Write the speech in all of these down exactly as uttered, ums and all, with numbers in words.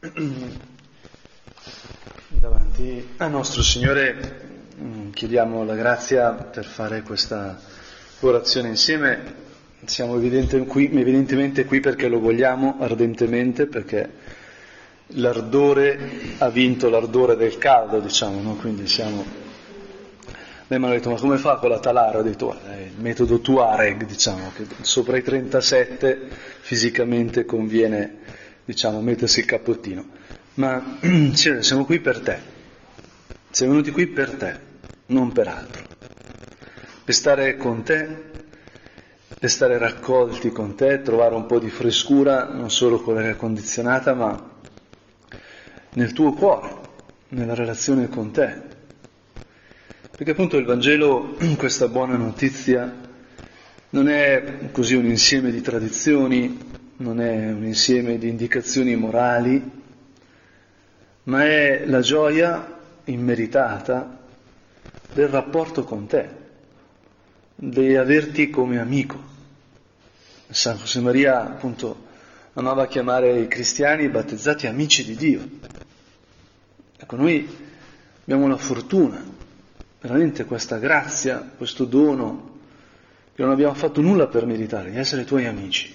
Davanti al nostro Signore chiediamo la grazia per fare questa orazione insieme. Siamo evidente qui, evidentemente qui perché lo vogliamo ardentemente, perché l'ardore ha vinto l'ardore del caldo, diciamo, no? Quindi siamo... Lei mi ha detto, ma come fa con la talara? Ho detto, guarda, è il metodo Tuareg, diciamo, che sopra i trentasette fisicamente conviene, diciamo, mettersi il cappottino. Ma Signore, siamo qui per te, siamo venuti qui per te, non per altro, per stare con te, per stare raccolti con te, trovare un po' di frescura, non solo con l'aria condizionata, ma nel tuo cuore, nella relazione con te. Perché appunto il Vangelo, questa buona notizia, non è così un insieme di tradizioni, non è un insieme di indicazioni morali, ma è la gioia immeritata del rapporto con te, di averti come amico. San Josemaria appunto amava chiamare i cristiani battezzati amici di Dio. Ecco, noi abbiamo la fortuna, veramente questa grazia, questo dono, che non abbiamo fatto nulla per meritare, di essere tuoi amici,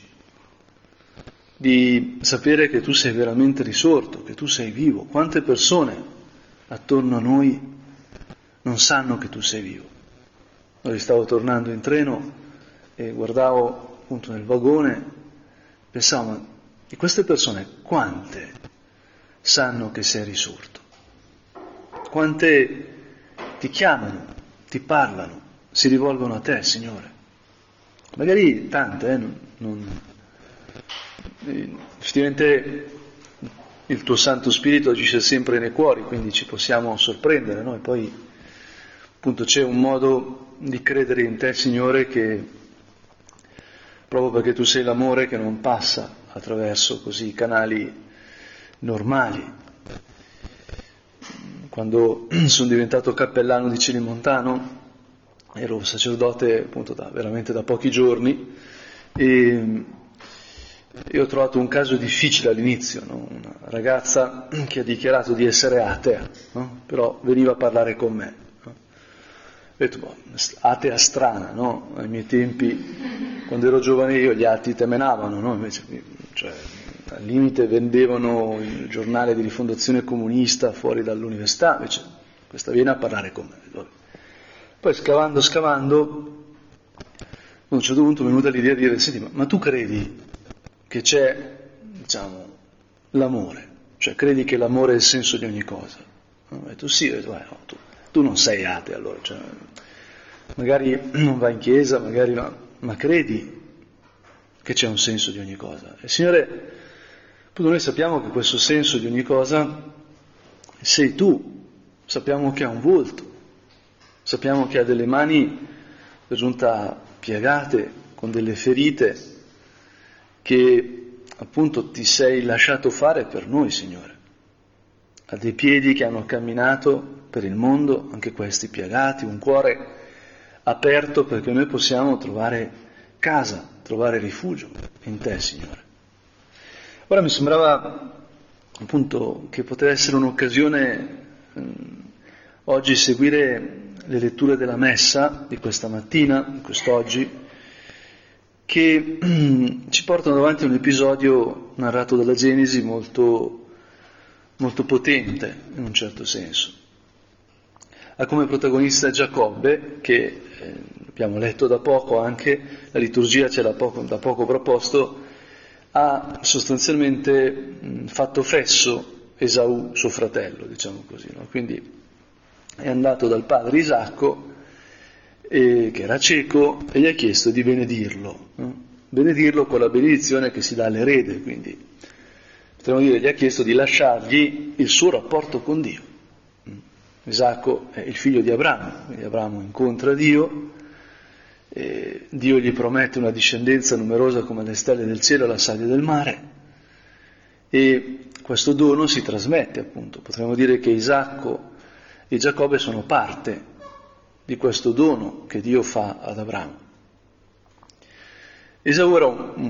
di sapere che tu sei veramente risorto, che tu sei vivo. Quante persone attorno a noi non sanno che tu sei vivo? Oggi stavo tornando in treno e guardavo appunto nel vagone, pensavo, ma di queste persone quante sanno che sei risorto? Quante ti chiamano, ti parlano, si rivolgono a te, Signore? Magari tante, eh, non... non effettivamente il tuo Santo Spirito agisce sempre nei cuori, quindi ci possiamo sorprendere, no? E poi appunto c'è un modo di credere in te, Signore, che proprio perché tu sei l'amore che non passa attraverso così canali normali. Quando sono diventato cappellano di Celimontano ero sacerdote appunto da, veramente da pochi giorni e io ho trovato un caso difficile all'inizio, no? Una ragazza che ha dichiarato di essere atea, no? Però veniva a parlare con me. No? Ho detto, boh, atea strana, no? Ai miei tempi, quando ero giovane io, gli atei temenavano, no? Invece, cioè, al limite vendevano il giornale di rifondazione comunista fuori dall'università, invece questa viene a parlare con me. Poi scavando, scavando, a un certo punto mi è venuta l'idea di dire, senti, ma, ma tu credi che c'è, diciamo, l'amore, cioè credi che l'amore è il senso di ogni cosa? No? Ho detto sì, ho detto, eh, no, tu, tu non sei ateo allora, cioè, magari non vai in chiesa, magari no, ma credi che c'è un senso di ogni cosa? E Signore, appunto noi sappiamo che questo senso di ogni cosa sei tu, sappiamo che ha un volto, sappiamo che ha delle mani per giunta piegate, con delle ferite, che appunto ti sei lasciato fare per noi, Signore. Ha dei piedi che hanno camminato per il mondo, anche questi piegati, un cuore aperto perché noi possiamo trovare casa, trovare rifugio in te, Signore. Ora mi sembrava appunto che poteva essere un'occasione eh, oggi seguire le letture della Messa di questa mattina, di quest'oggi, che ci portano davanti a un episodio narrato dalla Genesi molto, molto potente, in un certo senso. Ha come protagonista Giacobbe, che eh, abbiamo letto da poco anche, la liturgia ce l'ha poco, da poco proposto, ha sostanzialmente mh, fatto fesso Esaù, suo fratello, diciamo così, no? Quindi è andato dal padre Isacco, E, che era cieco, e gli ha chiesto di benedirlo, no? Benedirlo con la benedizione che si dà all'erede, quindi potremmo dire gli ha chiesto di lasciargli il suo rapporto con Dio. Isacco è il figlio di Abramo, quindi Abramo incontra Dio, e Dio gli promette una discendenza numerosa come le stelle del cielo e la sabbia del mare, e questo dono si trasmette appunto. Potremmo dire che Isacco e Giacobbe sono parte di questo dono che Dio fa ad Abramo. Esaù era un, un,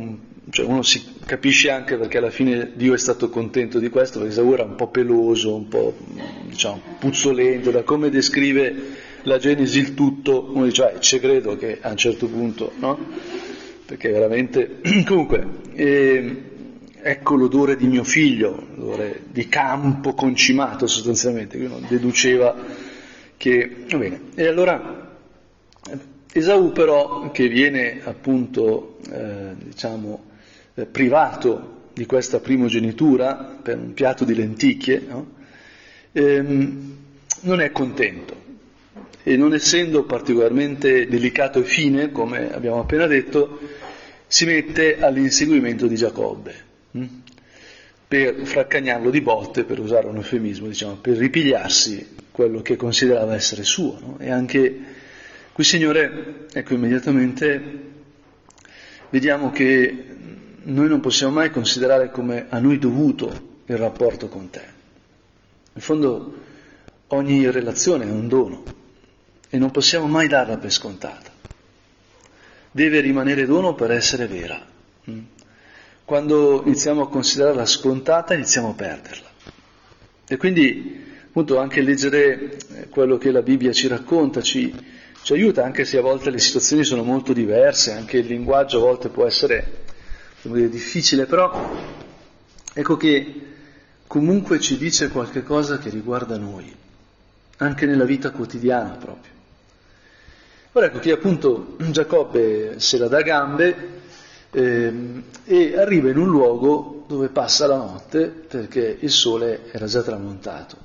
cioè uno si capisce anche perché alla fine Dio è stato contento di questo, perché Esaù era un po' peloso, un po', diciamo, puzzolento, da come descrive la Genesi il tutto, uno dice, ah, ci credo che a un certo punto, no? Perché veramente, comunque, eh, ecco l'odore di mio figlio, l'odore di campo concimato sostanzialmente, che uno deduceva che, va bene, e allora Esaù però, che viene appunto, eh, diciamo, eh, privato di questa primogenitura per un piatto di lenticchie, no? ehm, non è contento e non essendo particolarmente delicato e fine, come abbiamo appena detto, si mette all'inseguimento di Giacobbe, hm? per fraccagnarlo di botte, per usare un eufemismo, diciamo, per ripigliarsi quello che considerava essere suo, no? E anche qui, Signore, ecco, immediatamente vediamo che noi non possiamo mai considerare come a noi dovuto il rapporto con te. In fondo ogni relazione è un dono e non possiamo mai darla per scontata. Deve rimanere dono per essere vera. Quando iniziamo a considerarla scontata iniziamo a perderla. E quindi appunto anche leggere quello che la Bibbia ci racconta ci, ci aiuta, anche se a volte le situazioni sono molto diverse, anche il linguaggio a volte può essere, come dire, difficile, però ecco che comunque ci dice qualche cosa che riguarda noi, anche nella vita quotidiana proprio. Ora ecco che appunto Giacobbe se la dà gambe ehm, e arriva in un luogo dove passa la notte perché il sole era già tramontato.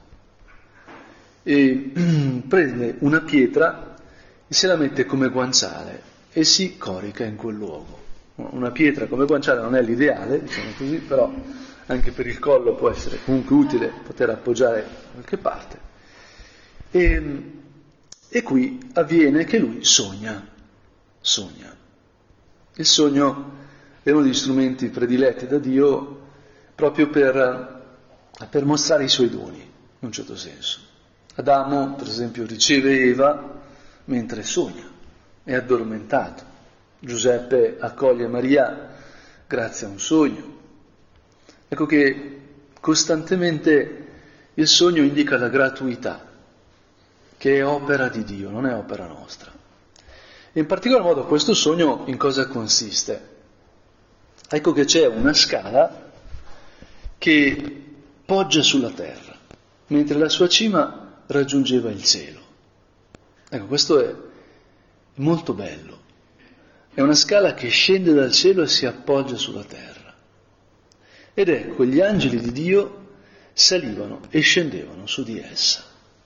E prende una pietra e se la mette come guanciale e si corica in quel luogo. Una pietra come guanciale non è l'ideale, diciamo così, però anche per il collo può essere comunque utile poter appoggiare da qualche parte. E, e qui avviene che lui sogna, sogna. Il sogno è uno degli strumenti prediletti da Dio proprio per, per mostrare i suoi doni, in un certo senso. Adamo, per esempio, riceve Eva mentre sogna, è addormentato. Giuseppe accoglie Maria grazie a un sogno. Ecco che costantemente il sogno indica la gratuità, che è opera di Dio, non è opera nostra. E in particolar modo questo sogno in cosa consiste? Ecco che c'è una scala che poggia sulla terra, mentre la sua cima raggiungeva il cielo. Ecco, questo è molto bello. È una scala che scende dal cielo e si appoggia sulla terra. Ed ecco, gli angeli di Dio salivano e scendevano su di essa.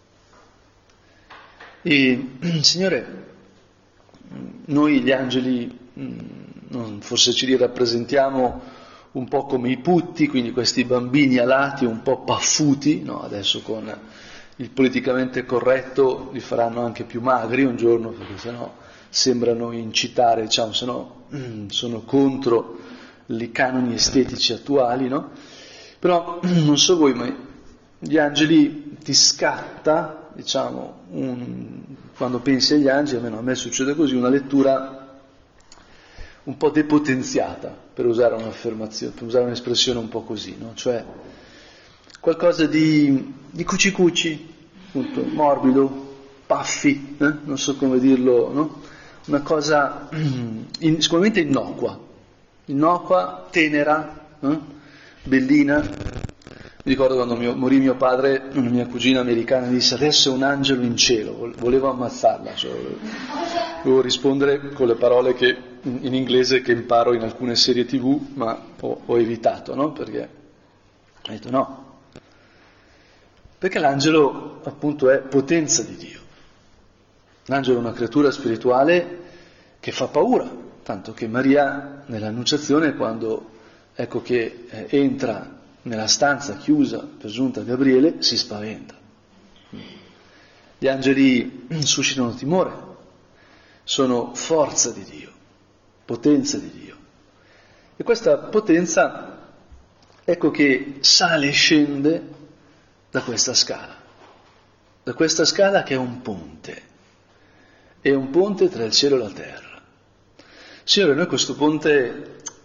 E, Signore, noi gli angeli forse ci li rappresentiamo un po' come i putti, quindi questi bambini alati, un po' paffuti, no? Adesso con il politicamente corretto li faranno anche più magri un giorno, perché sennò sembrano incitare, diciamo, sennò sono contro i canoni estetici attuali, no? Però non so voi, ma gli angeli ti scatta, diciamo, un, quando pensi agli angeli, almeno a me succede così, una lettura un po' depotenziata, per usare un'affermazione, per usare un'espressione un po' così, no? Cioè qualcosa di, di cuci-cuci, appunto, morbido, paffi, eh? Non so come dirlo, no? Una cosa in, sicuramente innocua, innocua, tenera, eh? Bellina. Mi ricordo quando mio, morì mio padre, una mia cugina americana disse: adesso è un angelo in cielo, volevo ammazzarla, cioè, volevo rispondere con le parole che, in, in inglese che imparo in alcune serie tivù, ma ho, ho evitato, no? Perché ho detto no, perché l'angelo appunto è potenza di Dio. L'angelo è una creatura spirituale che fa paura, tanto che Maria nell'annunciazione, quando ecco che eh, entra nella stanza chiusa per giunta Gabriele, si spaventa. Gli angeli suscitano timore, sono forza di Dio, potenza di Dio. E questa potenza, ecco che sale e scende da questa scala, da questa scala che è un ponte, è un ponte tra il cielo e la terra. Signore, noi questo ponte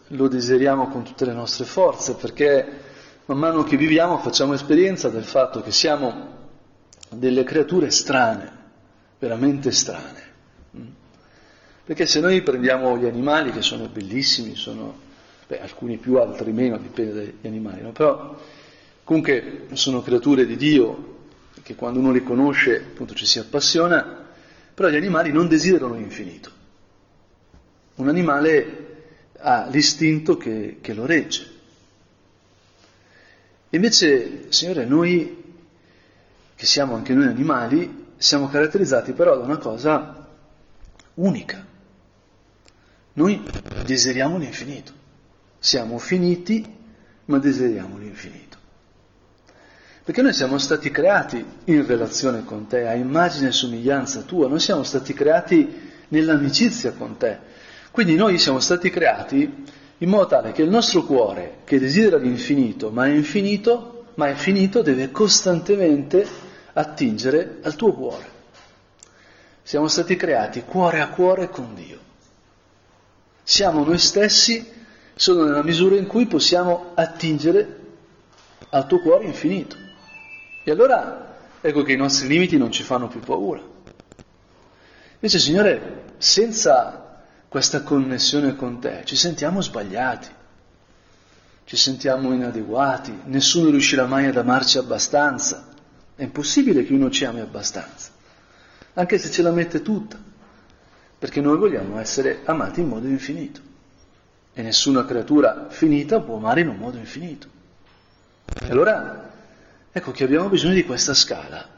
lo desideriamo con tutte le nostre forze, perché man mano che viviamo facciamo esperienza del fatto che siamo delle creature strane, veramente strane. Perché se noi prendiamo gli animali, che sono bellissimi, sono, beh, alcuni più, altri meno, dipende dagli animali, no? Però comunque sono creature di Dio, che quando uno li conosce appunto ci si appassiona, però gli animali non desiderano l'infinito. Un animale ha l'istinto che, che lo regge. Invece, Signore, noi, che siamo anche noi animali, siamo caratterizzati però da una cosa unica. Noi desideriamo l'infinito. Siamo finiti, ma desideriamo l'infinito. Perché noi siamo stati creati in relazione con te, a immagine e somiglianza tua, noi siamo stati creati nell'amicizia con te. Quindi noi siamo stati creati in modo tale che il nostro cuore, che desidera l'infinito, ma è infinito, ma è finito, deve costantemente attingere al tuo cuore. Siamo stati creati cuore a cuore con Dio. Siamo noi stessi solo nella misura in cui possiamo attingere al tuo cuore infinito. E allora ecco che i nostri limiti non ci fanno più paura. Invece, Signore, senza questa connessione con te ci sentiamo sbagliati, ci sentiamo inadeguati, nessuno riuscirà mai ad amarci abbastanza. È impossibile che uno ci ami abbastanza, anche se ce la mette tutta, perché noi vogliamo essere amati in modo infinito e nessuna creatura finita può amare in un modo infinito. E allora ecco che abbiamo bisogno di questa scala.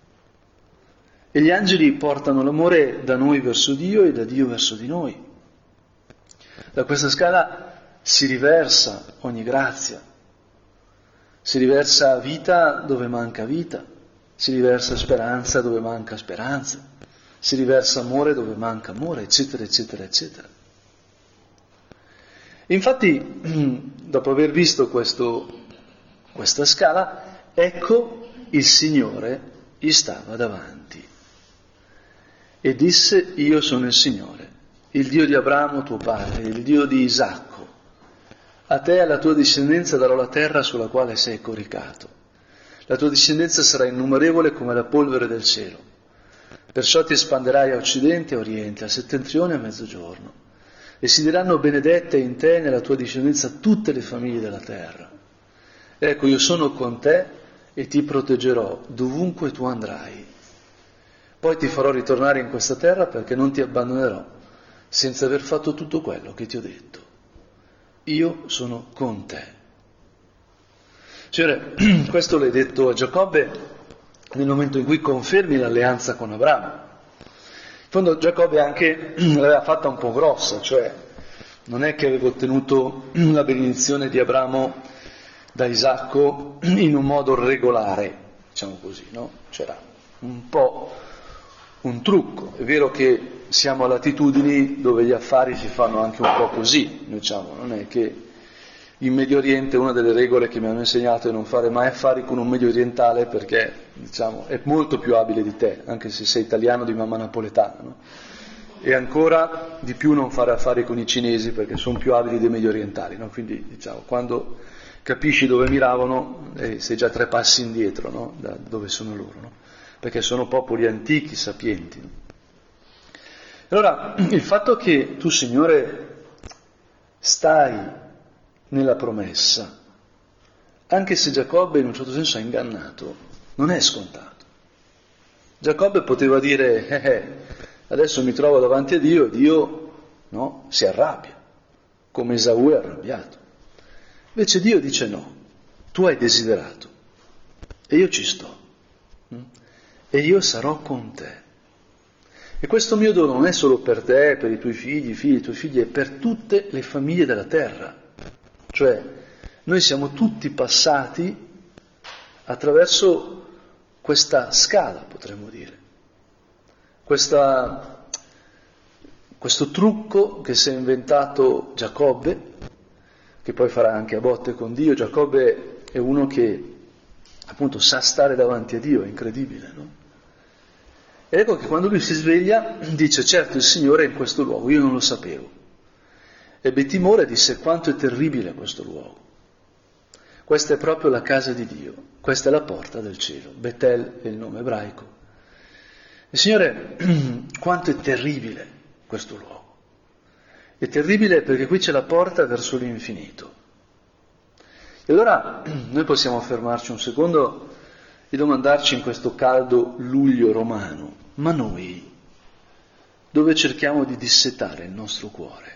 E gli angeli portano l'amore da noi verso Dio e da Dio verso di noi. Da questa scala si riversa ogni grazia, si riversa vita dove manca vita, si riversa speranza dove manca speranza, si riversa amore dove manca amore, eccetera, eccetera, eccetera. Infatti, dopo aver visto questo, questa scala, ecco il Signore gli stava davanti. E disse: io sono il Signore, il Dio di Abramo tuo padre, il Dio di Isacco. A te e alla tua discendenza darò la terra sulla quale sei coricato. La tua discendenza sarà innumerevole come la polvere del cielo. Perciò ti espanderai a occidente e a oriente, a settentrione e a mezzogiorno. E si diranno benedette in te e nella tua discendenza tutte le famiglie della terra. Ecco, io sono con te e ti proteggerò dovunque tu andrai. Poi ti farò ritornare in questa terra perché non ti abbandonerò senza aver fatto tutto quello che ti ho detto. Io sono con te. Signore, questo l'hai detto a Giacobbe nel momento in cui confermi l'alleanza con Abramo. In fondo Giacobbe anche l'aveva fatta un po' grossa, cioè non è che aveva ottenuto la benedizione di Abramo da Isacco in un modo regolare, diciamo così, no? C'era un po' un trucco. È vero che siamo a latitudini dove gli affari si fanno anche un po' così, diciamo, non è che in Medio Oriente una delle regole che mi hanno insegnato è non fare mai affari con un medio orientale perché, diciamo, è molto più abile di te, anche se sei italiano di mamma napoletana, no? E ancora di più non fare affari con i cinesi perché sono più abili dei medio orientali, no? Quindi, diciamo, quando capisci dove miravano eh, sei già tre passi indietro, no? Da dove sono loro, no? Perché sono popoli antichi, sapienti. No? Allora, il fatto che tu, Signore, stai nella promessa, anche se Giacobbe in un certo senso è ingannato, non è scontato. Giacobbe poteva dire, eh, eh, adesso mi trovo davanti a Dio e Dio, no, si arrabbia, come Esaù è arrabbiato. Invece Dio dice no, tu hai desiderato e io ci sto e io sarò con te. E questo mio dono non è solo per te, per i tuoi figli, i figli dei tuoi figli, è per tutte le famiglie della terra. Cioè, noi siamo tutti passati attraverso questa scala, potremmo dire. Questa, questo trucco che si è inventato Giacobbe, che poi farà anche a botte con Dio. Giacobbe è uno che appunto sa stare davanti a Dio, è incredibile, no? E ecco che quando lui si sveglia dice: certo, il Signore è in questo luogo, io non lo sapevo. ebbe timore e disse: quanto è terribile questo luogo. Questa è proprio la casa di Dio, questa è la porta del cielo. Betel è il nome ebraico. E Signore, quanto è terribile questo luogo. È terribile perché qui c'è la porta verso l'infinito. E allora noi possiamo fermarci un secondo e domandarci in questo caldo luglio romano: ma noi dove cerchiamo di dissetare il nostro cuore?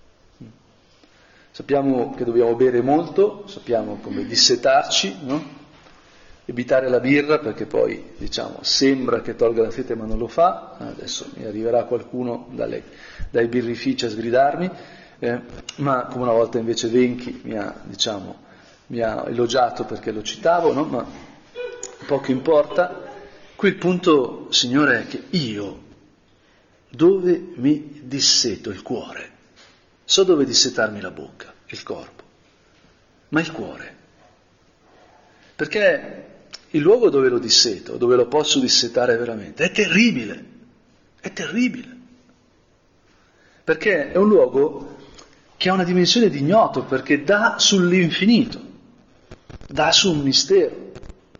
Sappiamo che dobbiamo bere molto, sappiamo come dissetarci, no? Evitare la birra perché poi, diciamo, sembra che tolga la sete ma non lo fa. Adesso mi arriverà qualcuno dalle, dai birrifici a sgridarmi, eh, ma come una volta invece Venchi mi ha, diciamo, mi ha elogiato perché lo citavo, no? Ma poco importa. Qui il punto, Signore, è che io dove mi disseto il cuore? So dove dissetarmi la bocca, il corpo, ma il cuore. Perché il luogo dove lo disseto, dove lo posso dissetare veramente, è terribile, è terribile. Perché è un luogo che ha una dimensione di ignoto, perché dà sull'infinito, dà su un mistero.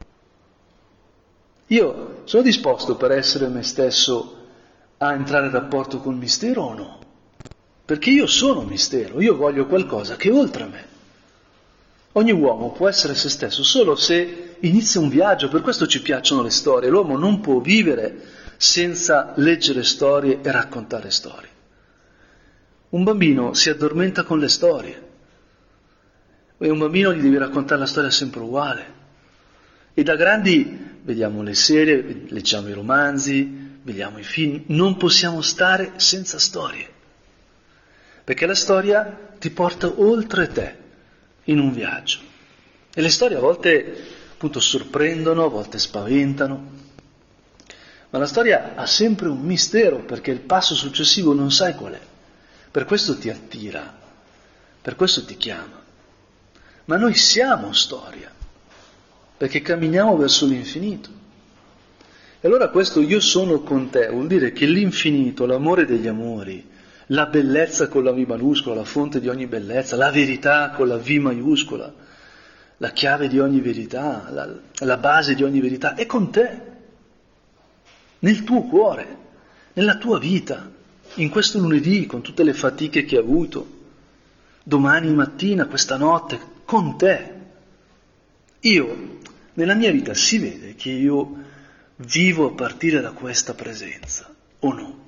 Io sono disposto per essere me stesso a entrare in rapporto col mistero o no? Perché io sono mistero, io voglio qualcosa che è oltre me. Ogni uomo può essere se stesso solo se inizia un viaggio, per questo ci piacciono le storie. L'uomo non può vivere senza leggere storie e raccontare storie. Un bambino si addormenta con le storie e un bambino gli devi raccontare la storia sempre uguale. E da grandi vediamo le serie, leggiamo i romanzi, vediamo i film, non possiamo stare senza storie. Perché la storia ti porta oltre te, in un viaggio. E le storie a volte, appunto, sorprendono, a volte spaventano. Ma la storia ha sempre un mistero, perché il passo successivo non sai qual è. Per questo ti attira, per questo ti chiama. Ma noi siamo storia, perché camminiamo verso l'infinito. E allora questo io sono con te vuol dire che l'infinito, l'amore degli amori, la bellezza con la V maiuscola, la fonte di ogni bellezza, la verità con la V maiuscola, la chiave di ogni verità, la, la base di ogni verità, è con te, nel tuo cuore, nella tua vita, in questo lunedì, con tutte le fatiche che hai avuto, domani mattina, questa notte, con te. Io, nella mia vita si vede che io vivo a partire da questa presenza, o no?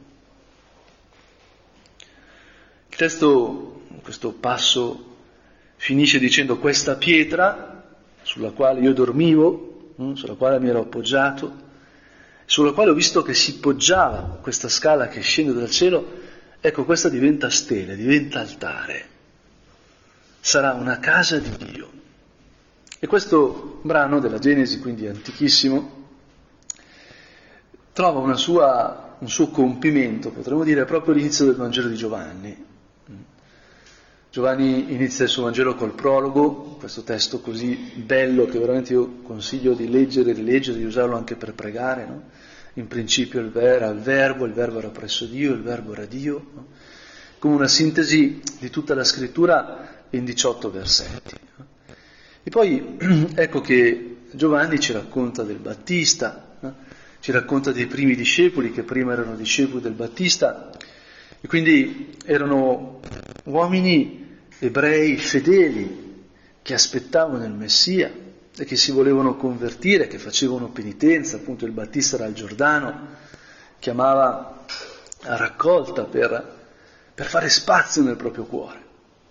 Il testo, questo passo, finisce dicendo: questa pietra sulla quale io dormivo, sulla quale mi ero appoggiato, sulla quale ho visto che si poggiava questa scala che scende dal cielo, ecco, questa diventa stele, diventa altare, sarà una casa di Dio. E questo brano della Genesi, quindi antichissimo, trova una sua, un suo compimento, potremmo dire, proprio all'inizio del Vangelo di Giovanni. Giovanni inizia il suo Vangelo col prologo, questo testo così bello che veramente io consiglio di leggere, di leggere, di usarlo anche per pregare, no? In principio il ver- era il verbo, il verbo era presso Dio, il verbo era Dio, no? Come una sintesi di tutta la scrittura in diciotto versetti. No? E poi ecco che Giovanni ci racconta del Battista, no? Ci racconta dei primi discepoli che prima erano discepoli del Battista, e quindi erano uomini ebrei fedeli che aspettavano il Messia e che si volevano convertire, che facevano penitenza. Appunto il Battista era al Giordano, chiamava a raccolta per, per fare spazio nel proprio cuore.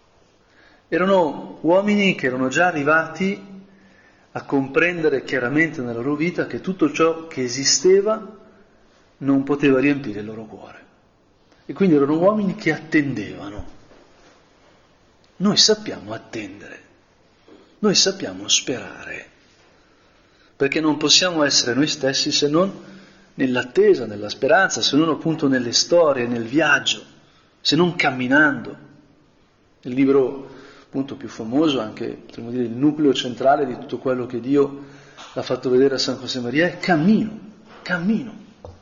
Erano uomini che erano già arrivati a comprendere chiaramente nella loro vita che tutto ciò che esisteva non poteva riempire il loro cuore. E quindi erano uomini che attendevano. Noi sappiamo attendere, noi sappiamo sperare, perché non possiamo essere noi stessi se non nell'attesa, nella speranza, se non appunto nelle storie, nel viaggio, se non camminando. Il libro appunto più famoso, anche potremmo dire il nucleo centrale di tutto quello che Dio ha fatto vedere a San Josemaria è cammino, cammino,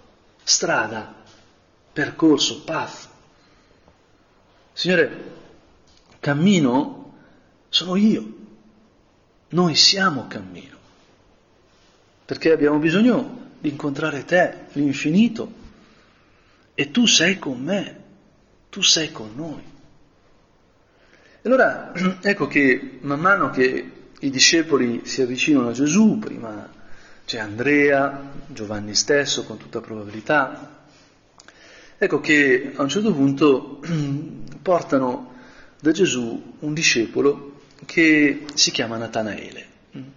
strada, percorso, path. Signore, cammino sono io, noi siamo cammino, perché abbiamo bisogno di incontrare te, l'infinito, e tu sei con me, tu sei con noi. E allora ecco che man mano che i discepoli si avvicinano a Gesù, prima c'è Andrea, Giovanni stesso con tutta probabilità, ecco che a un certo punto portano da Gesù un discepolo che si chiama Natanaele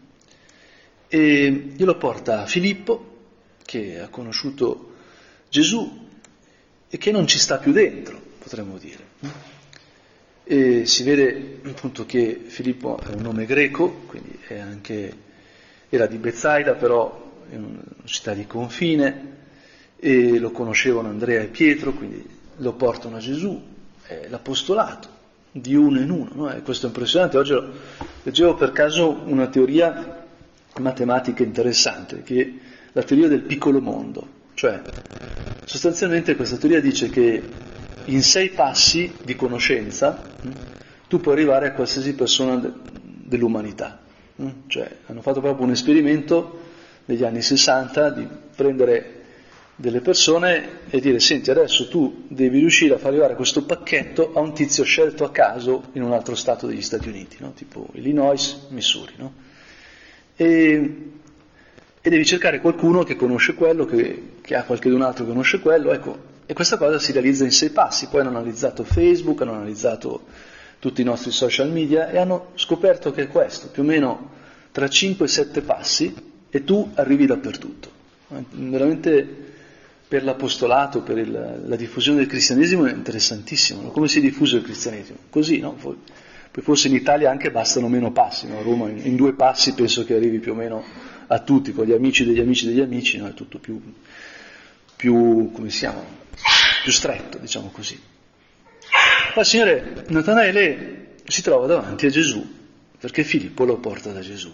e glielo porta a Filippo, che ha conosciuto Gesù e che non ci sta più dentro, potremmo dire. E si vede appunto che Filippo è un nome greco, quindi è anche, era di Betsaida, però è una città di confine, e lo conoscevano Andrea e Pietro, quindi lo portano a Gesù, è l'apostolato di uno in uno, no? E questo è impressionante. Oggi leggevo per caso una teoria matematica interessante, che è la teoria del piccolo mondo, cioè sostanzialmente questa teoria dice che in sei passi di conoscenza tu puoi arrivare a qualsiasi persona de- dell'umanità, cioè hanno fatto proprio un esperimento negli anni sessanta di prendere delle persone e dire: senti, adesso tu devi riuscire a far arrivare questo pacchetto a un tizio scelto a caso in un altro stato degli Stati Uniti, no? Tipo Illinois, Missouri, no? E, e devi cercare qualcuno che conosce quello, che, che ha qualcun altro che conosce quello, ecco. E questa cosa si realizza in sei passi. Poi hanno analizzato Facebook, hanno analizzato tutti i nostri social media e hanno scoperto che è questo, più o meno tra cinque e sette passi, e tu arrivi dappertutto. Veramente per l'apostolato, per il, la diffusione del cristianesimo è interessantissimo, no? Come si è diffuso il cristianesimo? Così, no? Poi, poi forse in Italia anche bastano meno passi, no? A Roma in, in due passi penso che arrivi più o meno a tutti, con gli amici degli amici degli amici, no? È tutto più, più, come si chiama? Più stretto, diciamo così. Ma Signore, Natanaele si trova davanti a Gesù, perché Filippo lo porta da Gesù.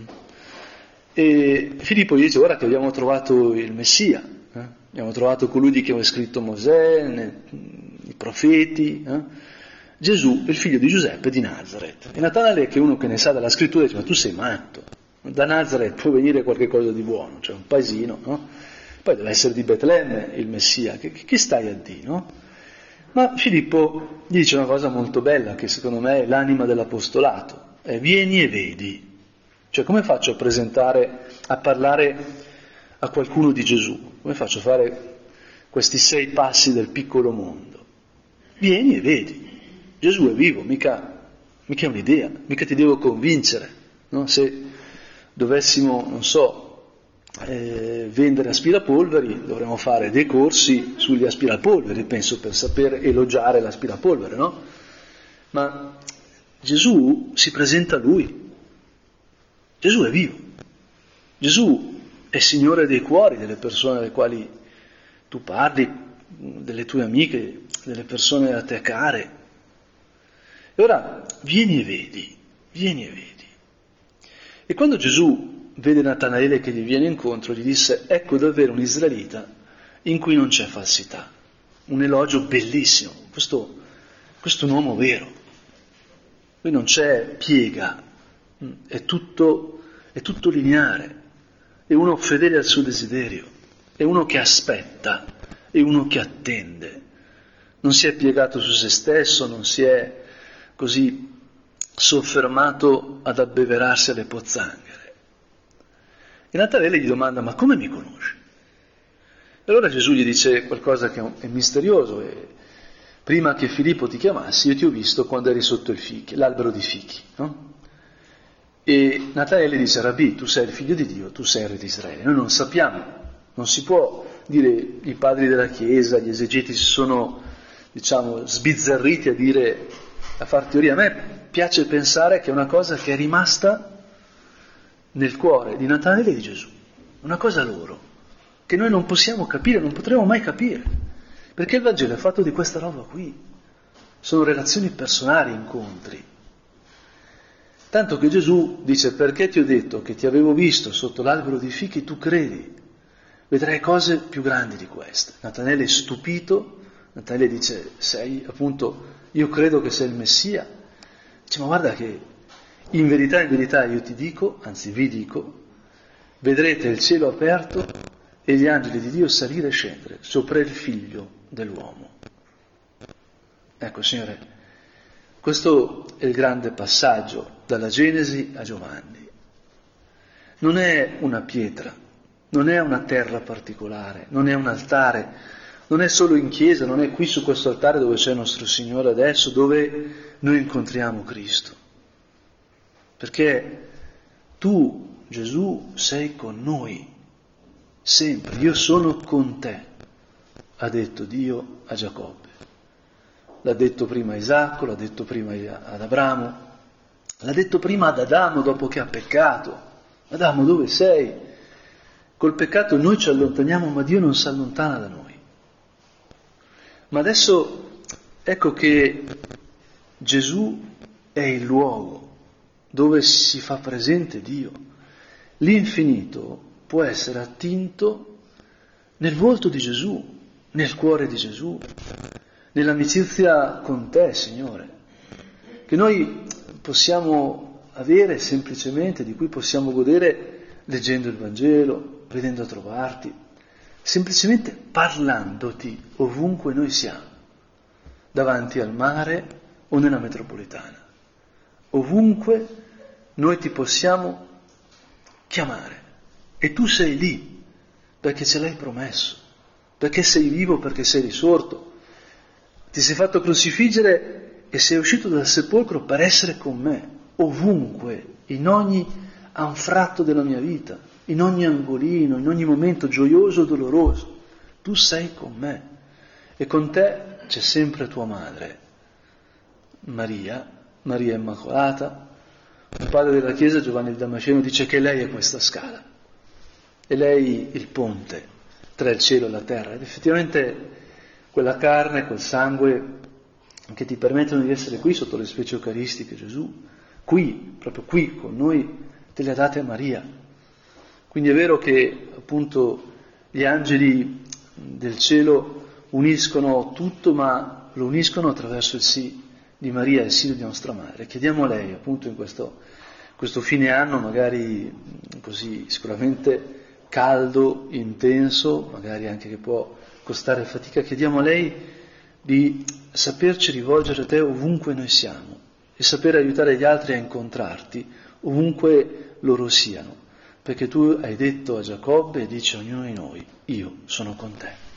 E Filippo gli dice: guarda che abbiamo trovato il Messia, eh? abbiamo trovato colui di cui aveva scritto Mosè, ne, i profeti, eh? Gesù, il figlio di Giuseppe di Nazareth. E Natanaele, che è uno che ne sa dalla scrittura, dice: ma tu sei matto, da Nazareth può venire qualche cosa di buono, cioè un paesino, no? Poi deve essere di Betlemme il Messia, che, che stai a dire, no? Ma Filippo gli dice una cosa molto bella, che secondo me è l'anima dell'apostolato, è: vieni e vedi. Cioè, come faccio a presentare, a parlare a qualcuno di Gesù? Come faccio a fare questi sei passi del piccolo mondo? Vieni e vedi. Gesù è vivo, mica, mica è un'idea, mica ti devo convincere, no? Se dovessimo, non so, eh, vendere aspirapolveri, dovremmo fare dei corsi sugli aspirapolveri, penso, per saper elogiare l'aspirapolvere, no? Ma Gesù si presenta a lui. Gesù è vivo. Gesù è Signore dei cuori delle persone alle quali tu parli, delle tue amiche, delle persone a te care. E ora vieni e vedi, vieni e vedi. E quando Gesù vede Natanaele che gli viene incontro, gli disse: ecco davvero un israelita in cui non c'è falsità. Un elogio bellissimo. Questo, questo è un uomo vero. Qui non c'è piega, è tutto, è tutto lineare. È uno fedele al suo desiderio, è uno che aspetta, è uno che attende. Non si è piegato su se stesso, non si è così soffermato ad abbeverarsi alle pozzanghere. E Natanaele gli domanda: ma come mi conosci? E allora Gesù gli dice qualcosa che è misterioso: e prima che Filippo ti chiamassi, io ti ho visto quando eri sotto il fichi, l'albero di fichi, no? E Natanaele dice: Rabbì, tu sei il figlio di Dio, tu sei il re di Israele. Noi non sappiamo, non si può dire, i padri della Chiesa, gli esegeti si sono, diciamo, sbizzarriti a dire, a far teoria. A me piace pensare che è una cosa che è rimasta nel cuore di Natanaele e di Gesù, una cosa loro, che noi non possiamo capire, non potremo mai capire, perché il Vangelo è fatto di questa roba qui, sono relazioni personali, incontri. Tanto che Gesù dice: perché ti ho detto che ti avevo visto sotto l'albero di fichi, tu credi, vedrai cose più grandi di queste. Natanaele è stupito, Natanaele dice: sei appunto, io credo che sei il Messia. Dice, ma guarda che in verità, in verità io ti dico, anzi vi dico, vedrete il cielo aperto e gli angeli di Dio salire e scendere sopra il figlio dell'uomo. Ecco, Signore, questo è il grande passaggio dalla Genesi a Giovanni. Non è una pietra, non è una terra particolare, non è un altare, non è solo in chiesa, non è qui su questo altare dove c'è il nostro Signore adesso, dove noi incontriamo Cristo. Perché tu, Gesù, sei con noi, sempre. Io sono con te, ha detto Dio a Giacobbe. L'ha detto prima a Isacco, l'ha detto prima ad Abramo, l'ha detto prima ad Adamo dopo che ha peccato. Adamo, dove sei? Col peccato noi ci allontaniamo, ma Dio non si allontana da noi. Ma adesso ecco che Gesù è il luogo dove si fa presente Dio. L'infinito può essere attinto nel volto di Gesù, nel cuore di Gesù, nell'amicizia con te, Signore, che noi possiamo avere semplicemente, di cui possiamo godere leggendo il Vangelo, venendo a trovarti, semplicemente parlandoti ovunque noi siamo, davanti al mare o nella metropolitana. Ovunque noi ti possiamo chiamare e tu sei lì perché ce l'hai promesso, perché sei vivo, perché sei risorto, ti sei fatto crocifiggere e sei uscito dal sepolcro per essere con me, ovunque, in ogni anfratto della mia vita, in ogni angolino, in ogni momento gioioso o doloroso. Tu sei con me e con te c'è sempre tua madre, Maria, Maria Immacolata. Il padre della Chiesa, Giovanni il Damasceno, dice che lei è questa scala, è lei il ponte tra il cielo e la terra, ed effettivamente quella carne, quel sangue che ti permettono di essere qui sotto le specie eucaristiche, Gesù, qui, proprio qui con noi, te le ha date a Maria. Quindi è vero che appunto gli angeli del cielo uniscono tutto, ma lo uniscono attraverso il sì di Maria, il sì di nostra madre. Chiediamo a lei appunto in questo, questo fine anno, magari così sicuramente caldo, intenso, magari anche che può costare fatica, chiediamo a lei di saperci rivolgere a te ovunque noi siamo e sapere aiutare gli altri a incontrarti ovunque loro siano, perché tu hai detto a Giacobbe e dici a ognuno di noi, io sono con te.